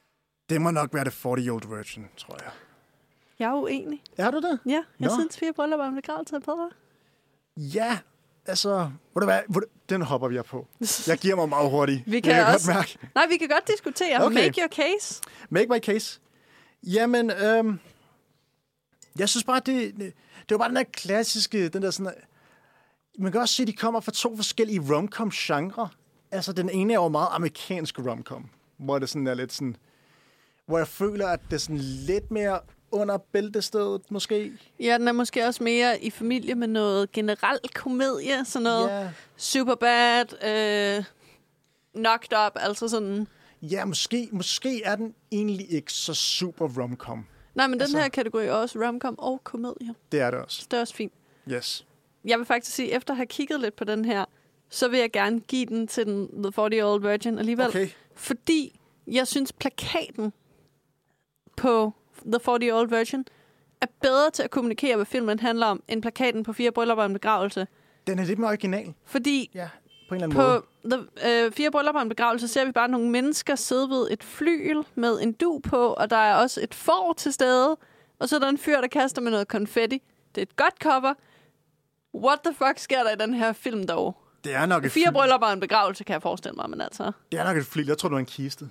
Det må nok være The forty-year-old virgin, tror jeg. Jeg er uenig. Er du det? Ja, jeg Nå. synes, fire bryllupper om begravelse er bedre. Ja, altså... Ved du hvad? Den hopper vi på. Jeg giver mig meget hurtigt. Vi kan jeg kan også... godt mærke. Nej, vi kan godt diskutere. Okay. Make your case. Make my case. Jamen, øhm, jeg synes bare, det, det var bare den der klassiske, den der sådan... Man kan også se, at de kommer fra to forskellige rom-com-genre. Altså, den ene er jo meget amerikansk rom-com, hvor det sådan er lidt sådan... Hvor jeg føler, at det er sådan lidt mere under bæltestedet, måske. Ja, den er måske også mere i familie med noget generelt komedie, sådan noget Ja. Superbad, øh, Knocked Up, altså sådan... Ja, måske, måske er den egentlig ikke så super rom-com. Nej, men Altså- den her kategori er også romcom og komedie. Det er det også. Så det er også fint. Yes. Jeg vil faktisk sige, efter at have kigget lidt på den her, så vil jeg gerne give den til den The forty-year-old virgin alligevel. Okay. Fordi jeg synes, plakaten på The forty-year-old virgin er bedre til at kommunikere, hvad filmen handler om, end plakaten på Fire bryllupper og en begravelse. Den er lidt mere original. Fordi Ja, på en eller anden måde. på The, øh, Fire bryllupper og en begravelse ser vi bare nogle mennesker sidde ved et flyl med en dug på, og der er også et får til stede, og så er der en fyr, der kaster med noget konfetti. Det er et godt cover. What the fuck sker der i den her film dog? Det er nok et Fire fly. bryllupper og en begravelse, kan jeg forestille mig, men altså... Det er nok et fly. Jeg tror, det var en kiste.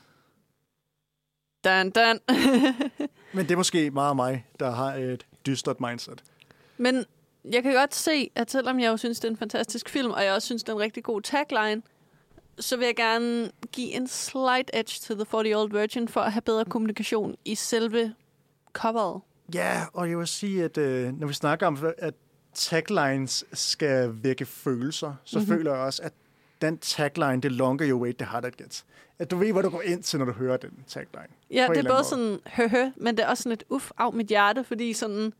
Dan, dan. Men det er måske meget mig, der har et dystert mindset. Men jeg kan godt se, at selvom jeg jo synes, det er en fantastisk film, og jeg også synes, det er en rigtig god tagline, så vil jeg gerne give en slight edge til The forty-year-old virgin for at have bedre kommunikation i selve coveret. Ja, og jeg vil sige, at øh, når vi snakker om, at taglines skal vække følelser, så Mhm. mm-hmm. føler jeg også, at den tagline, the longer you wait, the harder it gets. At du ved, hvad du går ind til, når du hører den tagline. Ja, På en det er eller både anden sådan høhø, men det er også sådan et uff af mit hjerte, fordi sådan...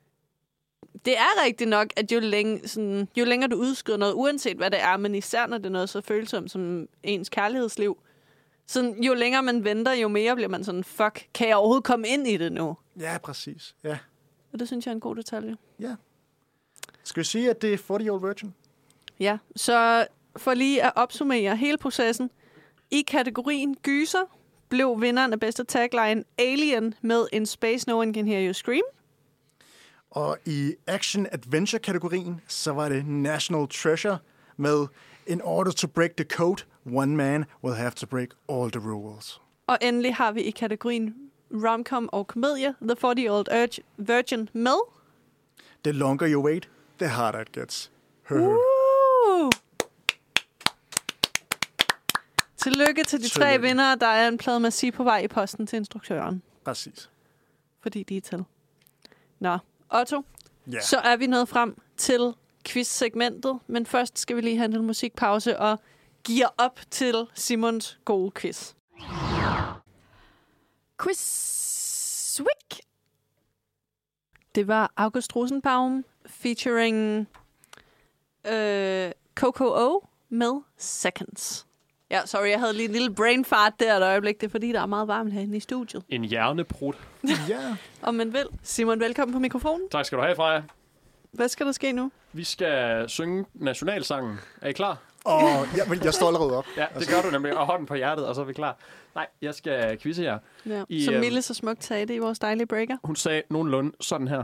Det er rigtigt nok, at jo, længe, sådan, jo længere du udskyder noget, uanset hvad det er, men især når det er noget så følsomt som ens kærlighedsliv, sådan, jo længere man venter, jo mere bliver man sådan, fuck, kan jeg overhovedet komme ind i det nu? Ja, præcis. Ja. Og det synes jeg er en god detalje. Skal vi sige, at det er forty-year-old virgin? Ja, så for lige at opsummere hele processen. I kategorien gyser blev vinderen af bedste tagline Alien med In Space No One Can Hear You Scream. Og i action-adventure-kategorien, så var det National Treasure med In order to break the code, one man will have to break all the rules. Og endelig har vi i kategorien romcom og komedie The forty-year-old Urge Virgin med. The longer you wait, the harder it gets. Høhø. Uh! Tillykke til de tre Tillykke. vindere. Der er en plade Massi på vej i posten til instruktøren. Præcis. Fordi de er til. Nå, Otto, Ja. så er vi nået frem til quiz-segmentet. Men først skal vi lige have en lille musikpause og gear op til Simons gode quiz. Quiz week. Det var August Rosenbaum featuring øh, Coco O med Seconds. Ja, sorry, jeg havde lige en lille brain fart der et øjeblik. Det er fordi, der er meget varmt herinde i studiet. En hjerneprut. Ja. Om man vil. Simon, velkommen på mikrofonen. Tak skal du have, Freja. Hvad skal der ske nu? Vi skal synge nationalsangen. Er I klar? Og ja, men jeg står allerede op. Ja, det gør du nemlig. Og hånden på hjertet, og så er vi klar. Nej, jeg skal quizze jer. Ja. I, Som øhm, Mille så smukt sagde det i vores dejlige breaker. Hun sagde nogenlunde sådan her.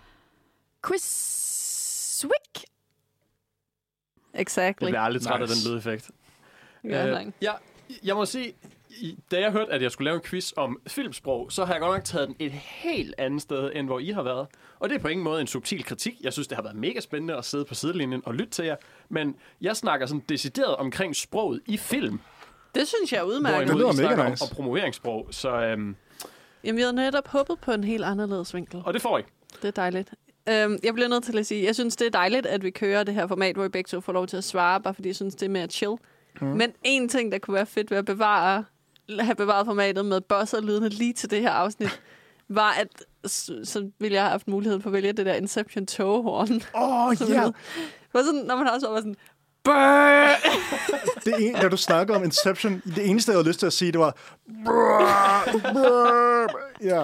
Quiz week. Exactly. Jeg bliver aldrig træt Nice. af den lydeffekt. Ja, Øh, ja, jeg må sige, i- da jeg hørte, at jeg skulle lave en quiz om filmsprog, så har jeg godt nok taget den et helt andet sted, end hvor I har været. Og det er på ingen måde en subtil kritik. Jeg synes, det har været mega spændende at sidde på sidelinjen og lytte til jer. Men jeg snakker sådan decideret omkring sproget i film. Det synes jeg er udmærket. Det lyder I mega snakker nice. om, og promoveringssprog. Så, øhm, Jamen, vi havde netop håbet på en helt anderledes vinkel. og det får I. Det er dejligt. Øhm, jeg bliver nødt til at sige, jeg synes, det er dejligt, at vi kører det her format, hvor vi begge to får lov til at svare, bare fordi jeg synes, det er mere chill. Mm. Men en ting, der kunne være fedt ved at bevare, have bevaret formatet med buzzer-lydene lige til det her afsnit, var, at så, så ville jeg have haft mulighed for at vælge det der Inception togehorn. Åh, oh, ja. Det var sådan, når man også var sådan, Brrr! Det en, da du snakker om Inception, det eneste, jeg havde lyst til at sige, det var... Brrr, brrr, ja.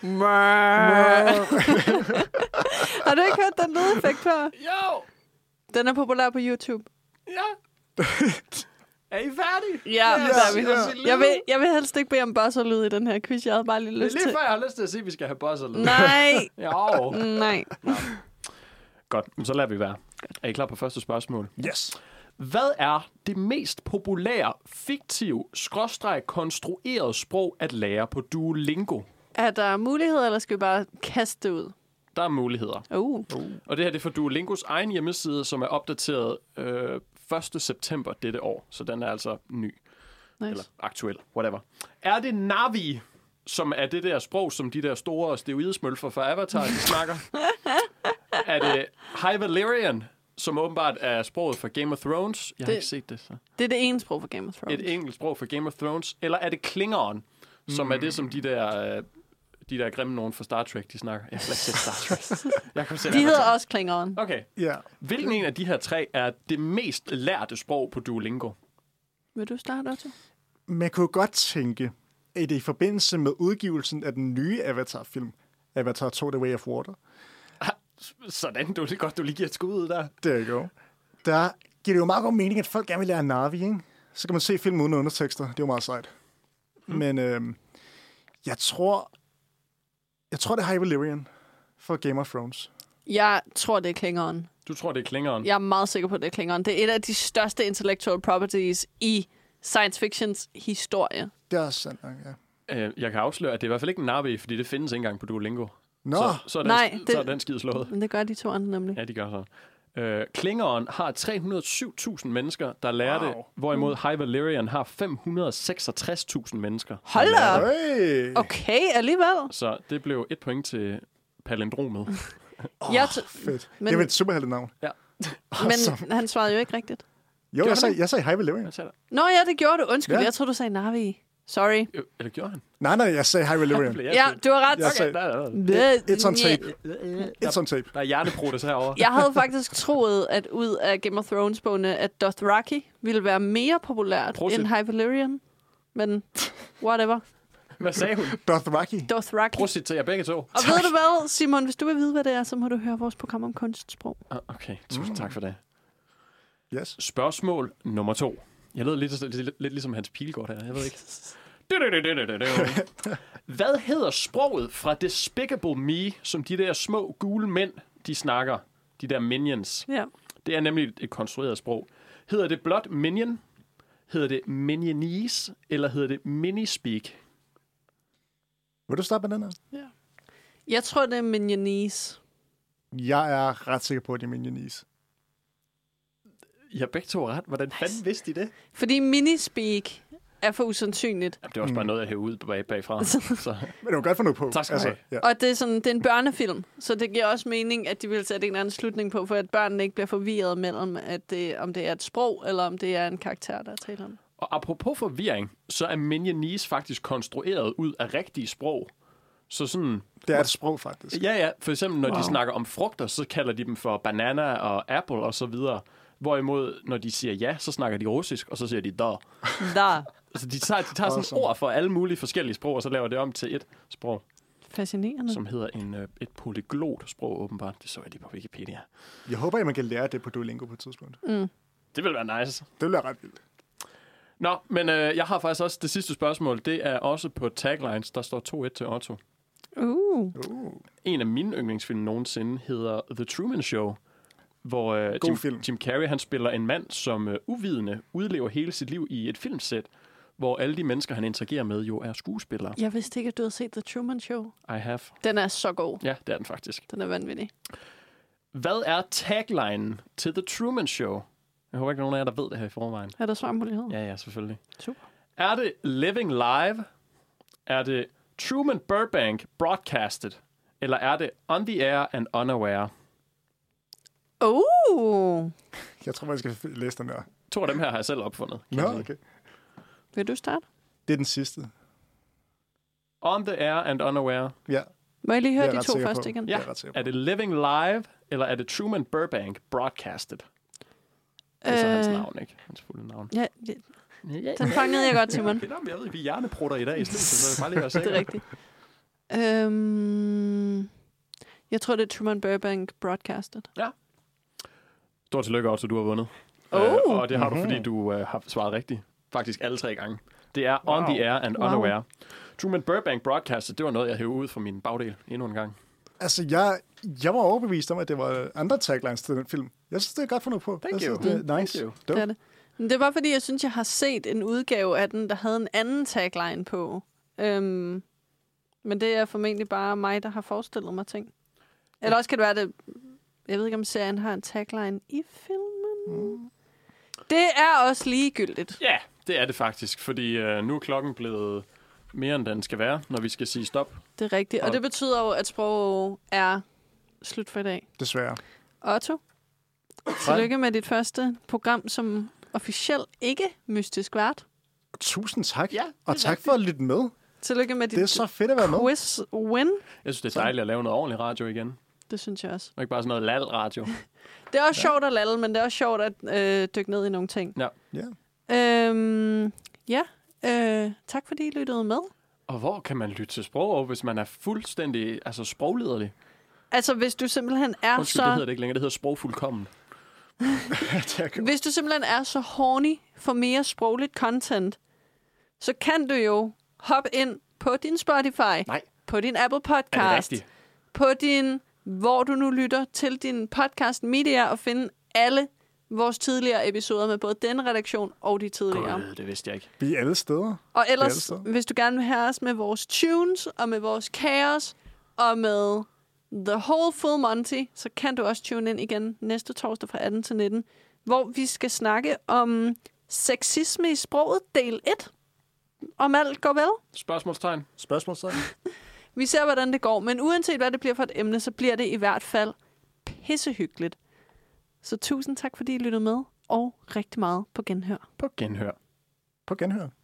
Har du ikke hørt den lydeffekt før? Jo! Den er populær på YouTube. Ja! Er I færdige? Ja, Yes, det er vi. yes. Jeg vil, jeg vil helst ikke bede om buzzer-lyd i den her quiz. Jeg havde bare lige Det er lyst lige til... før, jeg har lyst til at sige, at vi skal have buzzer. Nej, Jo. nej. Godt, men så lader vi være. Er I klar på første spørgsmål? Yes. Hvad er det mest populære, fiktive, skråstreg konstrueret sprog at lære på Duolingo? Er der muligheder, eller skal vi bare kaste det ud? Der er muligheder. Uh. Og det her det er for Duolingos egen hjemmeside, som er opdateret øh, første september dette år. Så den er altså ny. Nice. Eller aktuel. Whatever. Er det Navi, som er det der sprog, som de der store steroidesmølfer fra Avatar, de snakker? Er det High Valyrian, som åbenbart er sproget for Game of Thrones? Jeg har Det- ikke set det, så. Det er det ene sprog for Game of Thrones. Et engelsk sprog for Game of Thrones. Eller er det Klingon, som mm. er det, som de der... Øh, de der grimme nogen fra Star Trek, de snakker. Jeg har slet ikke set Star Trek. Jeg kan se De hedder også Klingon. Okay. Ja. Hvilken en af de her tre er det mest lærte sprog på Duolingo? Vil du starte, Otto? Man kunne godt tænke, at det i forbindelse med udgivelsen af den nye Avatar-film, Avatar to The Way of Water, Sådan, du, det er godt, du lige giver et skud ud der. there you go, der giver det jo meget god mening, at folk gerne vil lære Na'vi, ikke? Så kan man se film uden undertekster. Det er jo meget sejt. Mm. Men øhm, jeg tror, jeg tror, det er High Valyrian for Game of Thrones. Jeg tror, det er Klingon. Du tror, det er Klingon? Jeg er meget sikker på, at det er Klingon. Det er et af de største intellectual properties i science fictions historie. Det er også sandt nok, ja. Øh, jeg kan afsløre, at det er i hvert fald ikke Navi, fordi det findes ikke engang på Duolingo. Nå, Så, så, er den, Nej, Nej, det... det- så er den skide slået. Men det gør de to andre nemlig. Ja, de gør så. Øh, Klingon har tre hundrede og syv tusind mennesker, der lærer Wow. det, hvorimod High Valyrian har fem hundrede og seksogtres tusind mennesker. der Hold lærer da det. op. hey. Okay, alligevel. Så det blev et point til palindromet. Oh, Jeg t- fedt. men- Det er jo et superheltenavn. Ja. Men han svarede jo ikke rigtigt. Jo, Gjorde jeg sagde, han jeg sagde High Valyrian. Hvad sagde du? Nå ja, det gjorde du. Undskyld, Ja. jeg troede, du sagde Navi. Sorry. Øh, Eller gjorde han? Nej, nej, jeg sagde High Valyrian. Ja, du har ret. Jeg sagde, Der, der, der. it's on tape. It's on tape. der er hjernepruttes herovre. Jeg havde faktisk troet, at ud af Game of Thrones-bogene, at Dothraki ville være mere populært Prosit. end High Valyrian. Men whatever. Hvad sagde hun? Dothraki. Dothraki. Prosit til jer begge to. Og ved du hvad, Simon, hvis du vil vide, hvad det er, så må du høre vores program om kunstsprog. Ah, okay, tusind tak for det. Yes. Spørgsmål nummer to. Jeg lød lidt, lidt, lidt, lidt ligesom Hans Pilgaard her. Jeg ved ikke. Hvad hedder sproget fra Despicable Me, som de der små gule mænd, de snakker? De der minions. Ja. Det er nemlig et konstrueret sprog. Hedder det blot minion? Hedder det minionese? Eller hedder det minispeak? Vil du starte med den her? Jeg tror, det er Minionese. Jeg er ret sikker på, at det er Minionese. Jeg har begge to ret. Hvordan fanden vidste de det? Fordi minispeak er for usandsynligt. Jamen, det er også bare noget, jeg hæver ud bag, bagfra. Så. Men det var godt for noget på. Altså, Tak skal du have. ja. Og det er, sådan, det er en børnefilm, så det giver også mening, at de vil sætte en eller anden slutning på, for at børnene ikke bliver forvirret mellem, at det, om det er et sprog, eller om det er en karakter, der taler om. Og apropos forvirring, så er minionese faktisk konstrueret ud af rigtige sprog. Så sådan... Det er et sprog, faktisk. Ja, ja. For eksempel, når wow. Wow. de snakker om frugter, så kalder de dem for banana og apple og så videre. Hvorimod, når de siger ja, så snakker de russisk, og så siger de da. Der. Altså, de tager, de tager sådan Awesome. ord for alle mulige forskellige sprog, og så laver det om til et sprog, Fascinerende. som hedder en, øh, et polyglot-sprog, åbenbart. Det så jeg lige på Wikipedia. Jeg håber, at man kan lære det på Duolingo på et tidspunkt. Mm. Det vil være nice. Det vil være ret vildt. Nå, men øh, jeg har faktisk også det sidste spørgsmål. Det er også på taglines. Der står to et til Otto. Uh. Uh. En af mine yndlingsfilm nogensinde hedder The Truman Show, hvor øh, God Jim, film. Jim Carrey han spiller en mand, som øh, uvidende udlever hele sit liv i et filmsæt, hvor alle de mennesker, han interagerer med, jo er skuespillere. Jeg vidste ikke, at du havde set The Truman Show. I have. Den er så god. Ja, det er den faktisk. Den er vanvittig. Hvad er taglinen til The Truman Show? Jeg håber ikke, nogen af jer, der ved det her i forvejen. Er der svarmulighed? Ja, ja, selvfølgelig. Super. Er det Living Live? Er det Truman Burbank Broadcasted? Eller er det On the Air and Unaware? Uh. Jeg tror, jeg skal f- læse den der. To af dem her har jeg selv opfundet. kan Nå, jeg sige. okay. Vil du starte? Det er den sidste. On the Air and Unaware. Ja, Må jeg lige Det er høre jeg de ret to sikker først på. igen? Ja. det er jeg ret sikker på. Er det Living Live, eller er det Truman Burbank Broadcasted? Det er så hans navn, ikke? Hans fulde navn. Ja, ja, den fangede jeg godt, Simon. Okay, nå, men jeg ved, vi er hjerneprutter i dag i studiet, så jeg bare lige være sikker. Det er rigtigt. Øhm, jeg tror, det er Truman Burbank Broadcasted. Stort tillykke, Otto, du har vundet. Oh. Øh, og det har Mhm. du, fordi du øh, har svaret rigtigt. Faktisk alle tre gange. Det er Wow. On the Air and Wow. Unaware. Truman Burbank Broadcaster, det var noget, jeg hævde ud fra min bagdel endnu en gang. Altså, jeg, jeg var overbevist om, at det var andre taglines til den film. Jeg synes, det er godt fundet på. Thank jeg you. Synes, det er nice. Thank you. Det er det. Men det var, fordi jeg synes, jeg har set en udgave af den, der havde en anden tagline på. Øhm, men det er formentlig bare mig, der har forestillet mig ting. Eller også kan det være, det... Jeg ved ikke, om serien har en tagline i filmen. Mm. Det er også ligegyldigt. Ja, det er det faktisk, fordi øh, nu er klokken blevet mere, end den skal være, når vi skal sige stop. Det er rigtigt. Og Og- det betyder jo, at sprog er slut for i dag. Desværre. Otto, tillykke med dit første program som officiel ikke-mystisk vært. Tusind tak. Ja, og tak for at lytte med. Tillykke med Det er dit så fedt at være med. quiz win. Jeg synes, det er dejligt at lave noget ordentligt radio igen. Det synes jeg også. Og ikke bare sådan noget lal-radio. Det er også ja. sjovt at lalle, men det er også sjovt at øh, dykke ned i nogle ting. Ja. Ja. Øhm, ja, øh, tak fordi I lyttede med. Og hvor kan man lytte til sprog, hvis man er fuldstændig altså sproglederlig? Altså, hvis du simpelthen er Undskyld, det hedder så... det ikke længere. Det hedder sprogfuldkommen. Hvis du simpelthen er så horny for mere sprogligt content, så kan du jo hoppe ind på din Spotify, Nej. på din Apple Er det Podcast, rigtigt? på din, hvor du nu lytter til din podcast media og finde alle vores tidligere episoder med både denne redaktion og de tidligere. God, det vidste jeg ikke. Vi er alle steder. Og Det er ellers, altså. hvis du gerne vil have os med vores tunes og med vores kaos og med The Whole Full Monty, så kan du også tune ind igen næste torsdag fra atten til nitten, hvor vi skal snakke om sexisme i sproget, del et. Om alt går vel. Spørgsmålstegn. Spørgsmålstegn. Vi ser, hvordan det går, men uanset hvad det bliver for et emne, så bliver det i hvert fald pissehyggeligt. Så tusind tak, fordi I lyttede med, og rigtig meget på genhør. På genhør. På genhør.